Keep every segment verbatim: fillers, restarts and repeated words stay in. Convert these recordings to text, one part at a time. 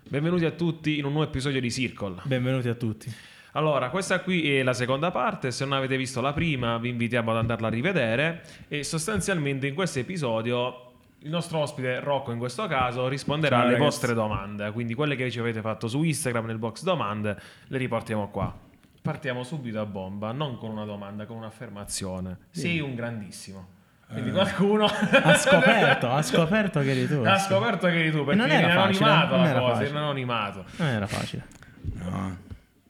Benvenuti a tutti in un nuovo episodio di Circle. Benvenuti a tutti. Allora, questa qui è la seconda parte, se non avete visto la prima vi invitiamo ad andarla a rivedere e sostanzialmente in questo episodio il nostro ospite Rocco in questo caso risponderà Ciao, alle ragazzi. vostre domande, quindi quelle che ci avete fatto su Instagram nel box domande le riportiamo qua. Partiamo subito a bomba, non con una domanda, con un'affermazione. Sei un grandissimo. Quindi qualcuno Ha scoperto, ha scoperto che eri tu. ha sì. scoperto che eri tu, perché non era era facile, anonimato non la era cosa, facile. era anonimato. Non era facile. No.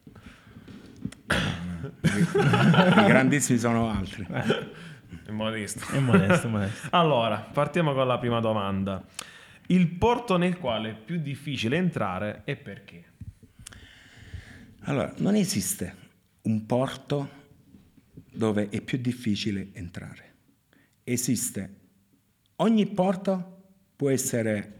I grandissimi sono altri. È modesto. È modesto, è modesto. Allora, partiamo con la prima domanda. Il porto nel quale è più difficile entrare e perché? Allora, non esiste un porto dove è più difficile entrare. Esiste ogni porto può essere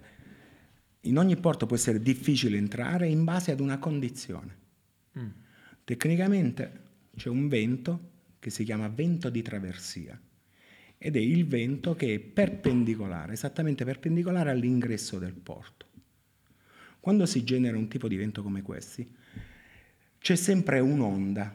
in ogni porto può essere difficile entrare in base ad una condizione. Mm. Tecnicamente c'è un vento che si chiama vento di traversia ed è il vento che è perpendicolare, esattamente perpendicolare all'ingresso del porto. Quando si genera un tipo di vento come questi, c'è sempre un'onda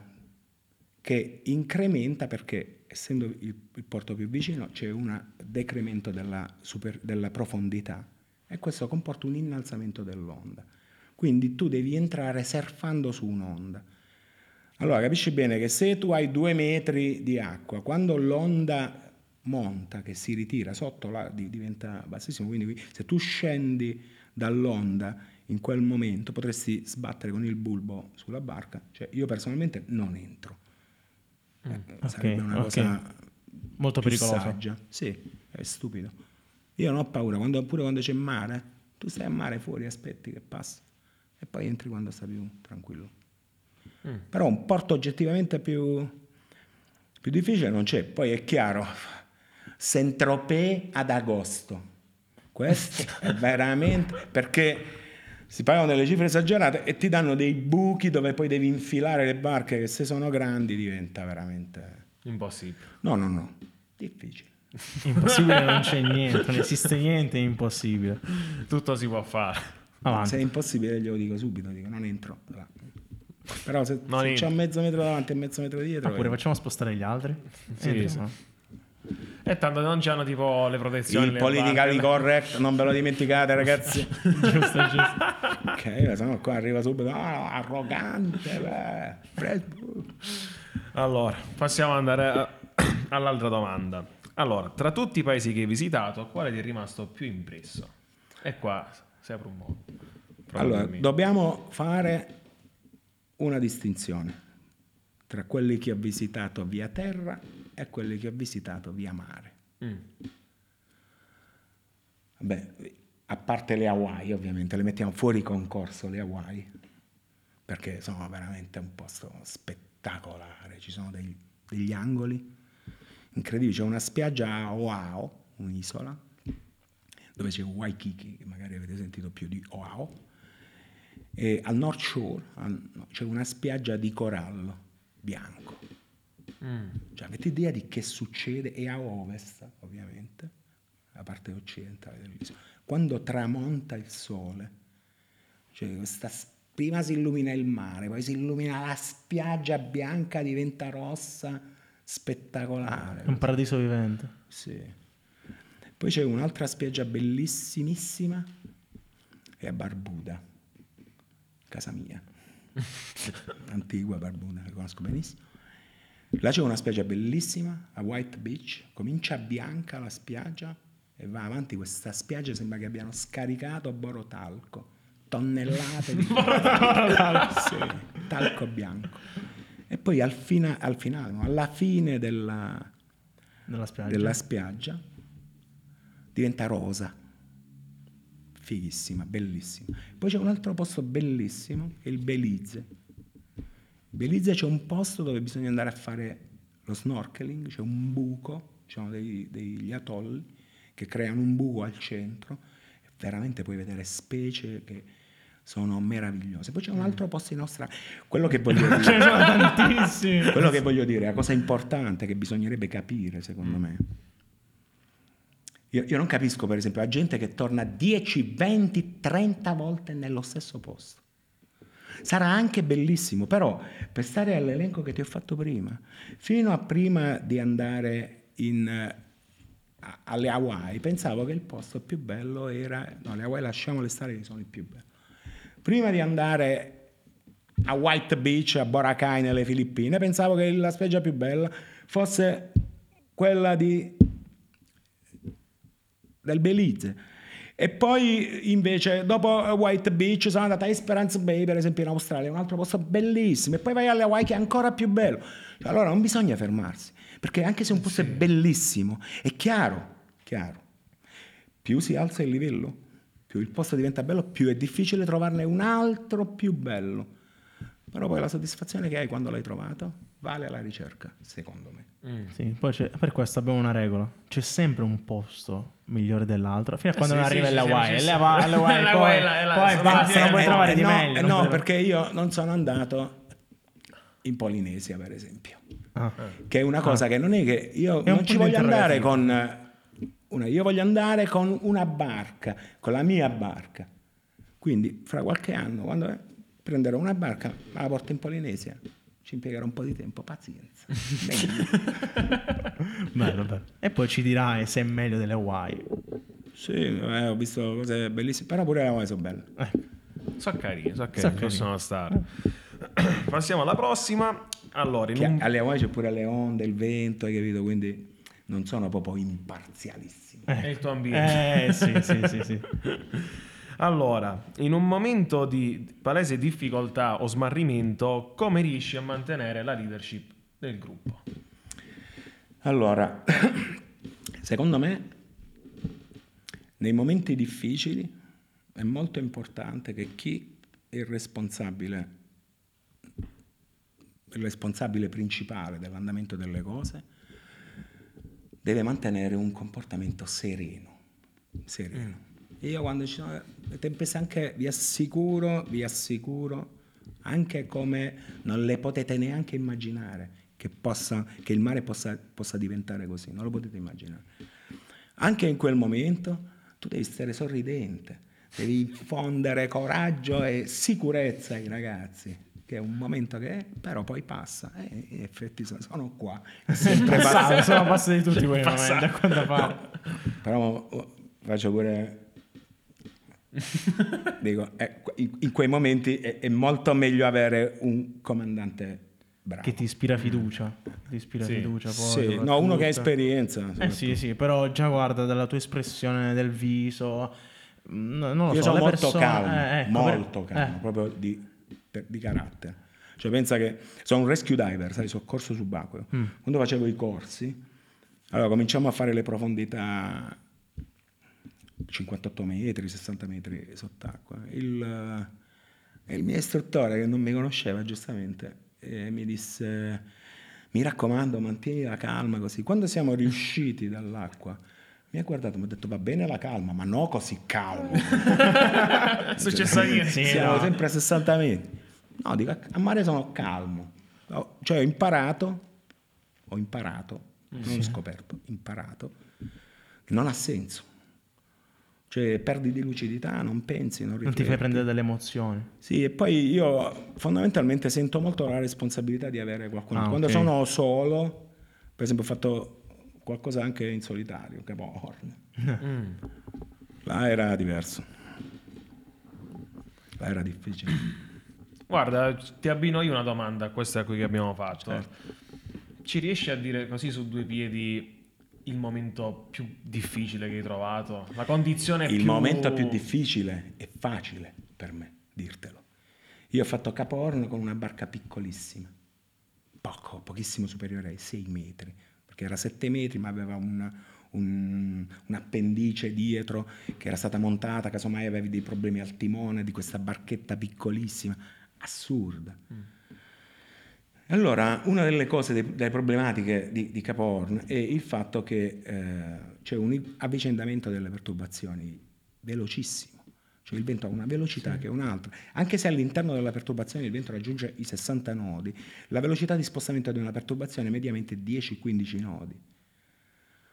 che incrementa perché, essendo il, il porto più vicino, c'è un decremento della, super, della profondità e questo comporta un innalzamento dell'onda. Quindi tu devi entrare surfando su un'onda. Allora, capisci bene che se tu hai due metri di acqua, quando l'onda monta, che si ritira sotto, la, diventa bassissimo, quindi se tu scendi dall'onda in quel momento potresti sbattere con il bulbo sulla barca. Cioè, io personalmente non entro. Eh, Ok, sarebbe una ok. cosa Molto più pericoloso. saggia. Sì, è stupido. Io non ho paura, quando, pure quando c'è mare, tu stai a mare fuori, aspetti che passa e poi entri quando sta più tranquillo. Mm. Però un porto oggettivamente più, più difficile non c'è. Poi è chiaro, Saint-Tropez ad agosto. Questo è veramente... perché si pagano delle cifre esagerate e ti danno dei buchi dove poi devi infilare le barche che se sono grandi diventa veramente... Impossibile. No, no, no, difficile. Impossibile non c'è niente, non esiste niente, è impossibile. Tutto si può fare. Avanti. Se è impossibile glielo dico subito, dico non entro. Là. Però se, se entro. c'ho mezzo metro davanti e mezzo metro dietro... Oppure facciamo spostare gli altri. Sì, Entriamo. sì. E tanto non c'hanno tipo le protezioni. il le politically barche. correct, non ve lo dimenticate ragazzi. Giusto, giusto. Ok, se no qua arriva subito, ah, arrogante, beh, Facebook. Allora, passiamo ad andare a- all'altra domanda. Allora, tra tutti i paesi che hai visitato, quale ti è rimasto più impresso? E qua si apre un mondo. Allora, dobbiamo fare una distinzione tra quelli che ho visitato via terra e quelli che ho visitato via mare. Mm. Vabbè, a parte le Hawaii, ovviamente, le mettiamo fuori concorso le Hawaii, perché sono veramente un posto spettacolare, ci sono dei, degli angoli incredibili, c'è una spiaggia a Oahu, un'isola, dove c'è Waikiki, che magari avete sentito più di Oahu, e al North Shore c'è una spiaggia di corallo bianco. Mm. Cioè, avete idea di che succede? E a ovest, ovviamente, la parte occidentale dell'isola. Quando tramonta il sole, cioè questa, prima si illumina il mare, poi si illumina la spiaggia bianca, diventa rossa, spettacolare. È un paradiso vivente. Sì. Poi c'è un'altra spiaggia bellissimissima, è a Barbuda, casa mia, antigua Barbuda, la conosco benissimo. Là c'è una spiaggia bellissima, a White Beach, comincia bianca la spiaggia e va avanti. Questa spiaggia sembra che abbiano scaricato borotalco, tonnellate di talco, sì, talco bianco. E poi al, fina, al finale, no, alla fine della, Della spiaggia. della spiaggia diventa rosa, fighissima, bellissima. Poi c'è un altro posto bellissimo, che è il Belize. Belize c'è un posto dove bisogna andare a fare lo snorkeling, c'è un buco, ci sono dei, degli atolli che creano un buco al centro e veramente puoi vedere specie che sono meravigliose. Poi c'è un altro posto in Australia. Quello che voglio dire, Ce ne sono tantissimi. quello che voglio dire, la cosa importante che bisognerebbe capire, secondo me, Io, io non capisco, per esempio, la gente che torna dieci, venti, trenta volte nello stesso posto. Sarà anche bellissimo, però per stare all'elenco che ti ho fatto prima, fino a prima di andare in, a, alle Hawaii, pensavo che il posto più bello era... No, le Hawaii lasciamole stare, che sono i più belli. Prima di andare a White Beach, a Boracay, nelle Filippine, pensavo che la spiaggia più bella fosse quella di, del Belize. E poi invece dopo White Beach sono andata a Esperance Bay, per esempio in Australia, un altro posto bellissimo, e poi vai alle Hawaii che è ancora più bello. Allora non bisogna fermarsi, perché anche se un posto sì. è bellissimo, è chiaro, chiaro, più si alza il livello, più il posto diventa bello, più è difficile trovarne un altro più bello. Però poi la soddisfazione che hai quando l'hai trovato vale la ricerca, secondo me. Mm. Sì, poi c'è, per questo abbiamo una regola: c'è sempre un posto migliore dell'altro, fino a quando eh non sì, arriva sì, alle Hawaii. sì, Le Hawaii poi, poi, la, la, poi la, basta, non puoi eh, trovare eh, di no, meglio. eh, non no puoi- perché io non sono andato in Polinesia, per esempio, Ah. che è una cosa Ah. che non è che io È un non ci punto voglio andare con interrogativo. una, io voglio andare con una barca, con la mia barca. Quindi fra qualche anno, quando eh, prenderò una barca, me la porto in Polinesia. Ci impiegherò un po' di tempo, pazienza. Bello, bello. E poi ci dirai se è meglio delle Hawaii. Sì, eh, ho visto cose bellissime, però pure le Hawaii sono belle. Eh. So carini, so So carini, carini. possono stare. Passiamo alla prossima. Allora, in Che un... alle Hawaii c'è pure le onde, il vento, hai capito? Quindi non sono proprio imparzialissimo. è il tuo ambiente. Eh, sì, sì, sì, sì. Allora, in un momento di palese difficoltà o smarrimento, come riesci a mantenere la leadership del gruppo? Allora, secondo me, nei momenti difficili è molto importante che chi è il responsabile, il responsabile principale dell'andamento delle cose, deve mantenere un comportamento sereno. sereno. Mm. Io quando ci sono le tempeste, anche vi assicuro, vi assicuro, anche come non le potete neanche immaginare che, possa, che il mare possa, possa diventare così, non lo potete immaginare. Anche in quel momento tu devi stare sorridente, devi infondere coraggio e sicurezza ai ragazzi, che è un momento che però poi passa, e in effetti sono qua. È sempre passato, sono passati tutti quei momenti a quanto pare. No, però oh, faccio pure... Dico, eh, in quei momenti è, è molto meglio avere un comandante bravo. Che ti ispira fiducia. Ti ispira Sì. fiducia poi, Sì, no, uno che ha esperienza. Eh sì, sì, però già guarda dalla tua espressione del viso. No, non lo Io so, sono le molto persone, calmo, eh, ecco, molto per- calmo, eh. proprio di, per- di carattere. Cioè pensa che sono un rescue diver, sai, soccorso subacqueo. Mm. Quando facevo i corsi, allora cominciamo a fare le profondità cinquantotto metri, sessanta metri sott'acqua. Il, il mio istruttore, che non mi conosceva giustamente, eh, mi disse: mi raccomando, mantieni la calma così. Quando siamo riusciti dall'acqua, mi ha guardato e mi ha detto: va bene la calma, ma no così calmo. È successo niente. Sì, Siamo no. sempre a sessanta metri. No, dico, a mare sono calmo. Ho- Cioè ho imparato, ho imparato, non scoperto, imparato, che non ha senso. Cioè perdi di lucidità, non pensi, non rifletti. Non ti fai prendere delle emozioni. Sì, e poi io fondamentalmente sento molto la responsabilità di avere qualcuno. Ah, Quando ok. sono solo, per esempio ho fatto qualcosa anche in solitario, Capo Horn. Mm. Là era diverso. Là era difficile. Guarda, ti abbino io una domanda a questa qui che abbiamo fatto. Certo. Ci riesci a dire così su due piedi il momento più difficile che hai trovato? La condizione Il più... momento più difficile è facile per me dirtelo. Io ho fatto Capo Horn con una barca piccolissima, poco, pochissimo superiore ai sei metri, perché era sette metri ma aveva un, un, un'appendice dietro che era stata montata, casomai avevi dei problemi al timone di questa barchetta piccolissima, assurda. Mm. Allora, una delle cose, dei, delle problematiche di, di Capo Horn è il fatto che eh, c'è un avvicendamento delle perturbazioni velocissimo, cioè il vento ha una velocità sì. che è un'altra. Anche se all'interno della perturbazione il vento raggiunge i sessanta nodi, la velocità di spostamento di una perturbazione è mediamente dieci quindici nodi.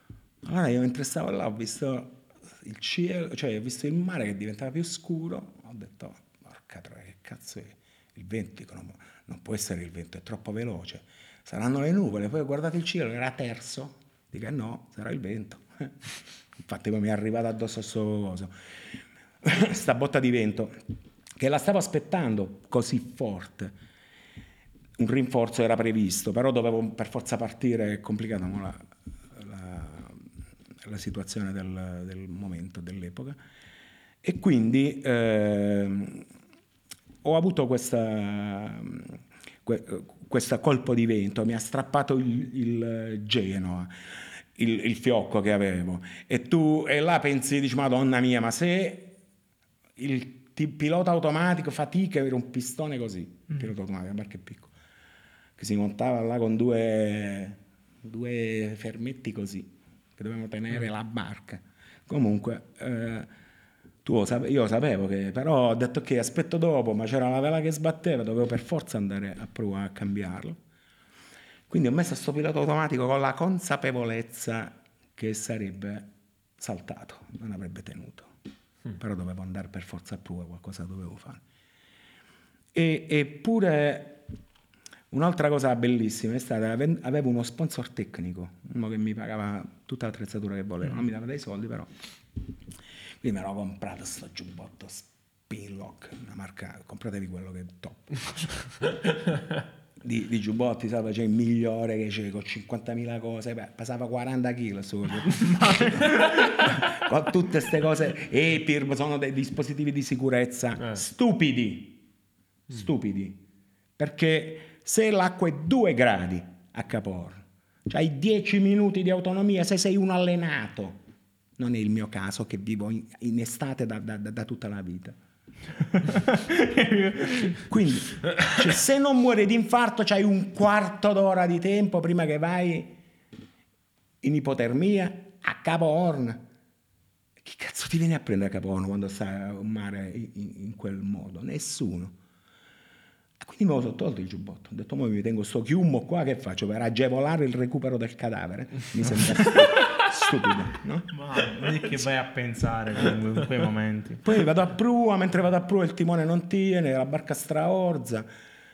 Allora io mentre stavo là ho visto il cielo, cioè ho visto il mare che diventava più scuro, ho detto, porca troia, che cazzo è il vento? Dico, no, non può essere il vento, è troppo veloce, saranno le nuvole. Poi ho guardato il cielo, era terzo, dico, eh no, sarà il vento. Infatti poi mi è arrivata addosso a sto coso, sta botta di vento, che la stavo aspettando così forte. Un rinforzo era previsto, però dovevo per forza partire, è complicato mo, la, la, la situazione del, del momento, dell'epoca. E quindi eh, ho avuto questa, que, questo colpo di vento, mi ha strappato il, il Genoa, il, il fiocco che avevo. E tu e là pensi, dici, Madonna mia, ma se il pilota automatico fatica avere un pistone così, il pilota automatico, perché è piccolo, che si montava là con due, due fermetti così, che dovevano tenere la barca. Comunque, eh, tu lo sape- io lo sapevo, che, però ho detto che aspetto dopo, ma c'era la vela che sbatteva, dovevo per forza andare a provare a cambiarlo. Quindi ho messo sto pilota automatico con la consapevolezza che sarebbe saltato, non avrebbe tenuto. Mm. Però dovevo andare per forza a prova, qualcosa dovevo fare. E, eppure un'altra cosa bellissima è stata, avevo uno sponsor tecnico, uno che mi pagava tutta l'attrezzatura che volevo, non mi dava dei soldi però. Quindi mi ero comprato sto giubbotto Spinlock, una marca, compratevi quello che è top. Di, di giubbotti, sai, c'è il migliore che c'è con cinquantamila cose, beh, pesava quaranta chili su, con tutte queste cose, e P I R, sono dei dispositivi di sicurezza eh. stupidi, stupidi, perché se l'acqua è due gradi a Caporn, c'hai dieci minuti di autonomia se sei un allenato. Non è il mio caso, che vivo in, in estate da, da, da tutta la vita. Quindi cioè, se non muori di infarto c'hai un quarto d'ora di tempo prima che vai in ipotermia a Capo Horn. Chi cazzo ti viene a prendere a Capo Horn quando stai a un mare in, in quel modo? Nessuno. E quindi me lo sono tolto il giubbotto, ho detto, mo mi tengo sto chiummo qua, che faccio per agevolare il recupero del cadavere? Mi sembra stupido, no? Ma non è che vai a pensare in quei momenti. Poi vado a prua, mentre vado a prua il timone non tiene, la barca straorza,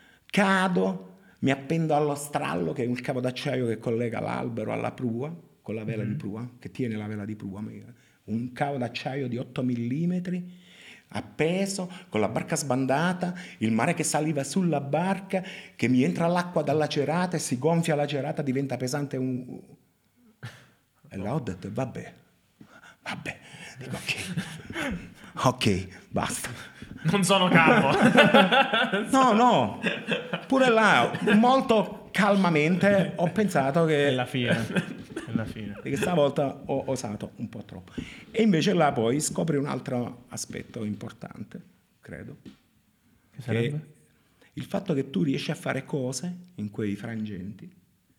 cado, mi appendo allo strallo, che è un cavo d'acciaio che collega l'albero alla prua, con la vela mm-hmm. di prua, che tiene la vela di prua, un cavo d'acciaio di otto millimetri, appeso, con la barca sbandata, il mare che saliva sulla barca, che mi entra l'acqua dalla cerata e si gonfia la cerata, diventa pesante un... E là ho detto, vabbè, vabbè, dico ok, ok, basta. Non sono capo. No, no, pure là, molto calmamente ho pensato che... È la fine, è la fine. Che stavolta ho osato un po' troppo. E invece là poi scopri un altro aspetto importante, credo. Che sarebbe? Che il fatto che tu riesci a fare cose in quei frangenti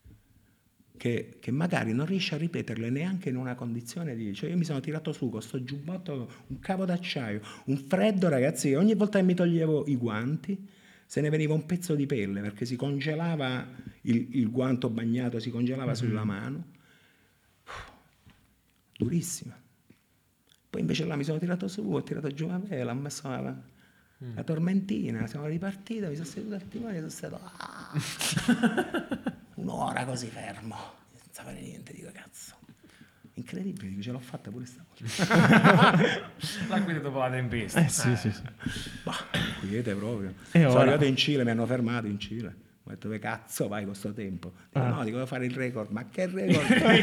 Che, che magari non riesci a ripeterle neanche in una condizione di... Cioè io mi sono tirato su con sto giubbotto, un cavo d'acciaio, un freddo, ragazzi, ogni volta che mi toglievo i guanti se ne veniva un pezzo di pelle, perché si congelava il, il guanto bagnato, si congelava mm-hmm. sulla mano. Uff, durissima. Poi invece là mi sono tirato su, ho tirato giù la vela, ho messo la, mm. la tormentina, siamo ripartiti, mi sono seduto al timone e sono stato... Ah! Un'ora così fermo, senza fare niente, dico cazzo, incredibile, dico, ce l'ho fatta pure stavolta. La guida dopo la tempesta. Eh sì, eh. sì, sì. Bah, quiete proprio. E Sono ora? arrivato in Cile, mi hanno fermato in Cile. Ho detto, dove cazzo vai con sto tempo? Dico, ah. no, dico, devo fare il record. Ma che record?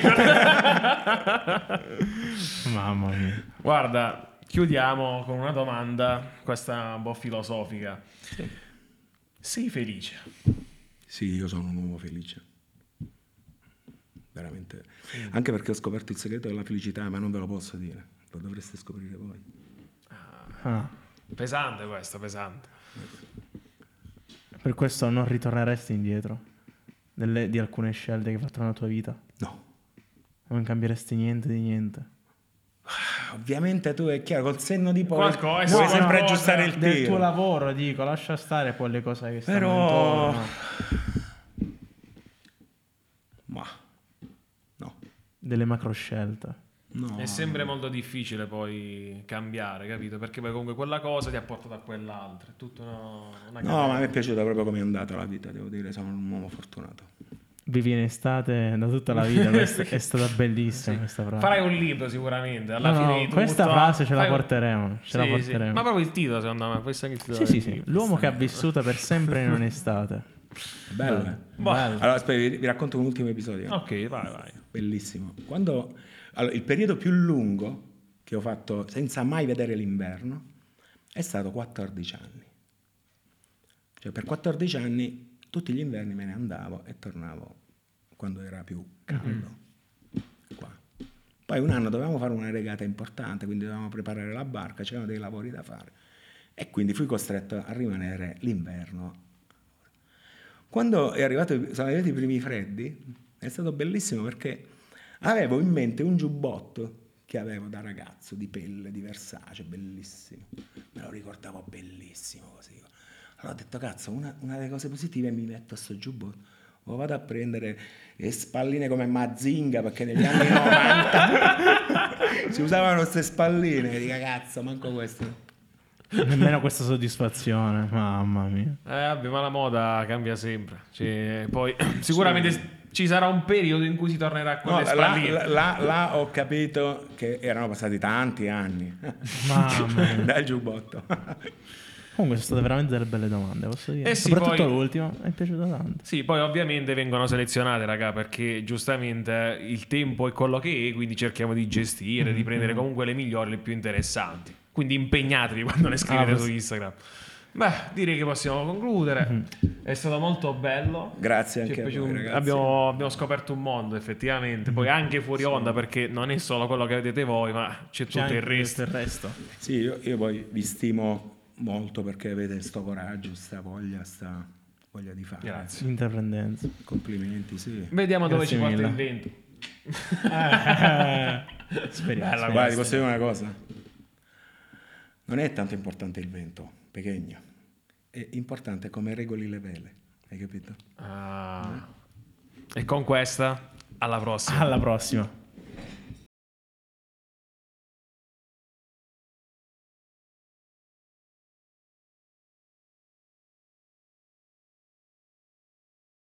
Mamma mia. Guarda, chiudiamo con una domanda, questa un po' filosofica. Sì. Sei felice? Sì, io sono un uomo felice. Veramente. Mm. Anche perché ho scoperto il segreto della felicità, ma non ve lo posso dire. Lo dovreste scoprire voi. Ah. Pesante questo, pesante. Per questo non ritorneresti indietro delle, di alcune scelte che hai fatto nella tua vita? No. Non cambieresti niente di niente? Ovviamente tu è chiaro, col senno di poi Qualcosa, puoi no, sempre no, aggiustare il tiro. Del tuo lavoro, dico, lascia stare poi le cose che stanno Però... intorno. Ma no. delle macro scelte. No, È sempre molto difficile poi cambiare, capito? Perché poi comunque quella cosa ti ha portato a quell'altra. È tutto una, una no, catena. ma mi è piaciuta proprio come è andata la vita, devo dire, sono un uomo fortunato. Vivi in estate da tutta la vita, questa è stata bellissima Sì. questa frase. Farai un libro sicuramente. Alla No, fine no, di tutto, questa frase ce la fai un- porteremo, ce la Sì, sì. porteremo. Ma proprio il titolo, secondo me. Questo è il titolo Sì, sì, del sì, libro. l'uomo che ha vissuto per sempre in un'estate. Bella. Boh. Allora, aspetta, vi, vi racconto un ultimo episodio. Ok, vai, vai. Bellissimo. Quando, allora, il periodo più lungo che ho fatto senza mai vedere l'inverno è stato quattordici anni. Cioè per quattordici anni tutti gli inverni me ne andavo e tornavo quando era più caldo. Qua. Poi un anno dovevamo fare una regata importante, quindi dovevamo preparare la barca, c'erano dei lavori da fare e quindi fui costretto a rimanere l'inverno. Quando è arrivato, sono arrivati i primi freddi, è stato bellissimo perché avevo in mente un giubbotto che avevo da ragazzo di pelle, di Versace, bellissimo. Me lo ricordavo bellissimo così. Allora ho detto, cazzo, una, una delle cose positive mi metto a sto giubbotto. O vado a prendere le spalline come Mazinga, perché negli anni novanta si usavano queste spalline. E dico, cazzo, manco questo. Nemmeno questa soddisfazione, mamma mia. Eh, vabbè, ma la moda cambia sempre. Cioè, poi sicuramente s- ci sarà un periodo in cui si tornerà a quelle No, là, spalline. là- là- là ho capito che erano passati tanti anni Mamma mia. dal giubbotto. Comunque sono state veramente delle belle domande, posso dire. Eh sì, Soprattutto poi- l'ultima, mi è piaciuta tanto. Sì, poi ovviamente vengono selezionate, raga, perché giustamente il tempo è quello che è, quindi cerchiamo di gestire, di prendere comunque le migliori, le più interessanti. Quindi impegnatevi quando le scrivete Ah, su Instagram. Beh, direi che possiamo concludere. È stato molto bello. Grazie Ci è anche a voi, piaciuto- ragazzi. abbiamo, abbiamo scoperto un mondo, effettivamente. Poi anche fuori onda, perché non è solo quello che vedete voi, ma c'è tutto C'è il anche resto. tutto il resto. Sì, io, io poi vi stimo molto perché avete sto coraggio, sta voglia, sta voglia di fare. Grazie. L'intraprendenza. Complimenti, sì. Vediamo dove Grazie ci porta mille. il vento. Speriamo. speriamo. Guarda, ti posso dire una cosa? Non è tanto importante il vento, pequeño. È importante come regoli le vele, hai capito? Ah. E con questa, alla prossima. Alla prossima.